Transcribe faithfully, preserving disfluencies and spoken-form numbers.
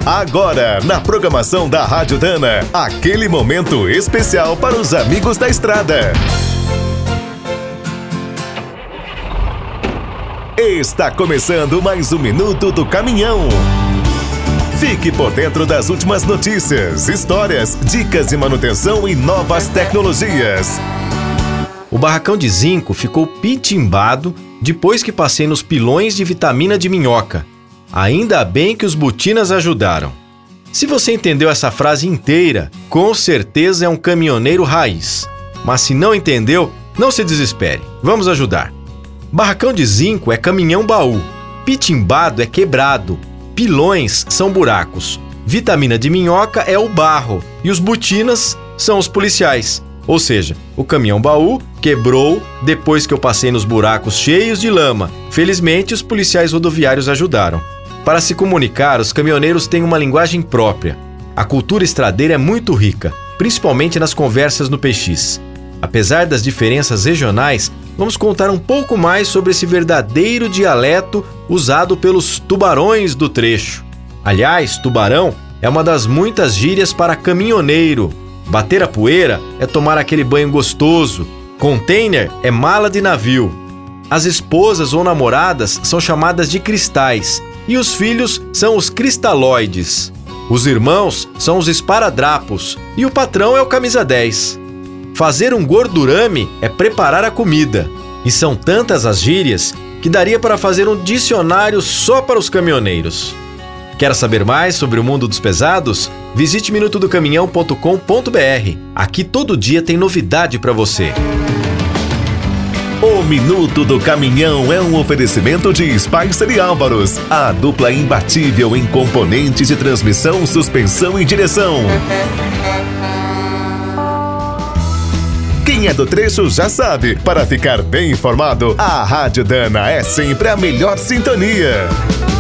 Agora, na programação da Rádio Dana, aquele momento especial para os amigos da estrada. Está começando mais um Minuto do Caminhão. Fique por dentro das últimas notícias, histórias, dicas de manutenção e novas tecnologias. O barracão de zinco ficou pitimbado depois que passei nos pilões de vitamina de minhoca. Ainda bem que os Butinas ajudaram. Se você entendeu essa frase inteira, com certeza é um caminhoneiro raiz. Mas se não entendeu, não se desespere. Vamos ajudar. Barracão de zinco é caminhão-baú. Pitimbado é quebrado. Pilões são buracos. Vitamina de minhoca é o barro. E os Butinas são os policiais. Ou seja, o caminhão-baú quebrou depois que eu passei nos buracos cheios de lama. Felizmente, os policiais rodoviários ajudaram. Para se comunicar, os caminhoneiros têm uma linguagem própria. A cultura estradeira é muito rica, principalmente nas conversas no P X. Apesar das diferenças regionais, vamos contar um pouco mais sobre esse verdadeiro dialeto usado pelos tubarões do trecho. Aliás, tubarão é uma das muitas gírias para caminhoneiro. Bater a poeira é tomar aquele banho gostoso. Container é mala de navio. As esposas ou namoradas são chamadas de cristais e os filhos são os cristalóides. Os irmãos são os esparadrapos e o patrão é o camisa dez. Fazer um gordurame é preparar a comida. E são tantas as gírias que daria para fazer um dicionário só para os caminhoneiros. Quer saber mais sobre o mundo dos pesados? Visite minuto do caminhão ponto com ponto b r. Aqui todo dia tem novidade para você. O Minuto do Caminhão é um oferecimento de Spicer e Álvaros, a dupla imbatível em componentes de transmissão, suspensão e direção. Quem é do trecho já sabe, para ficar bem informado, a Rádio Dana é sempre a melhor sintonia.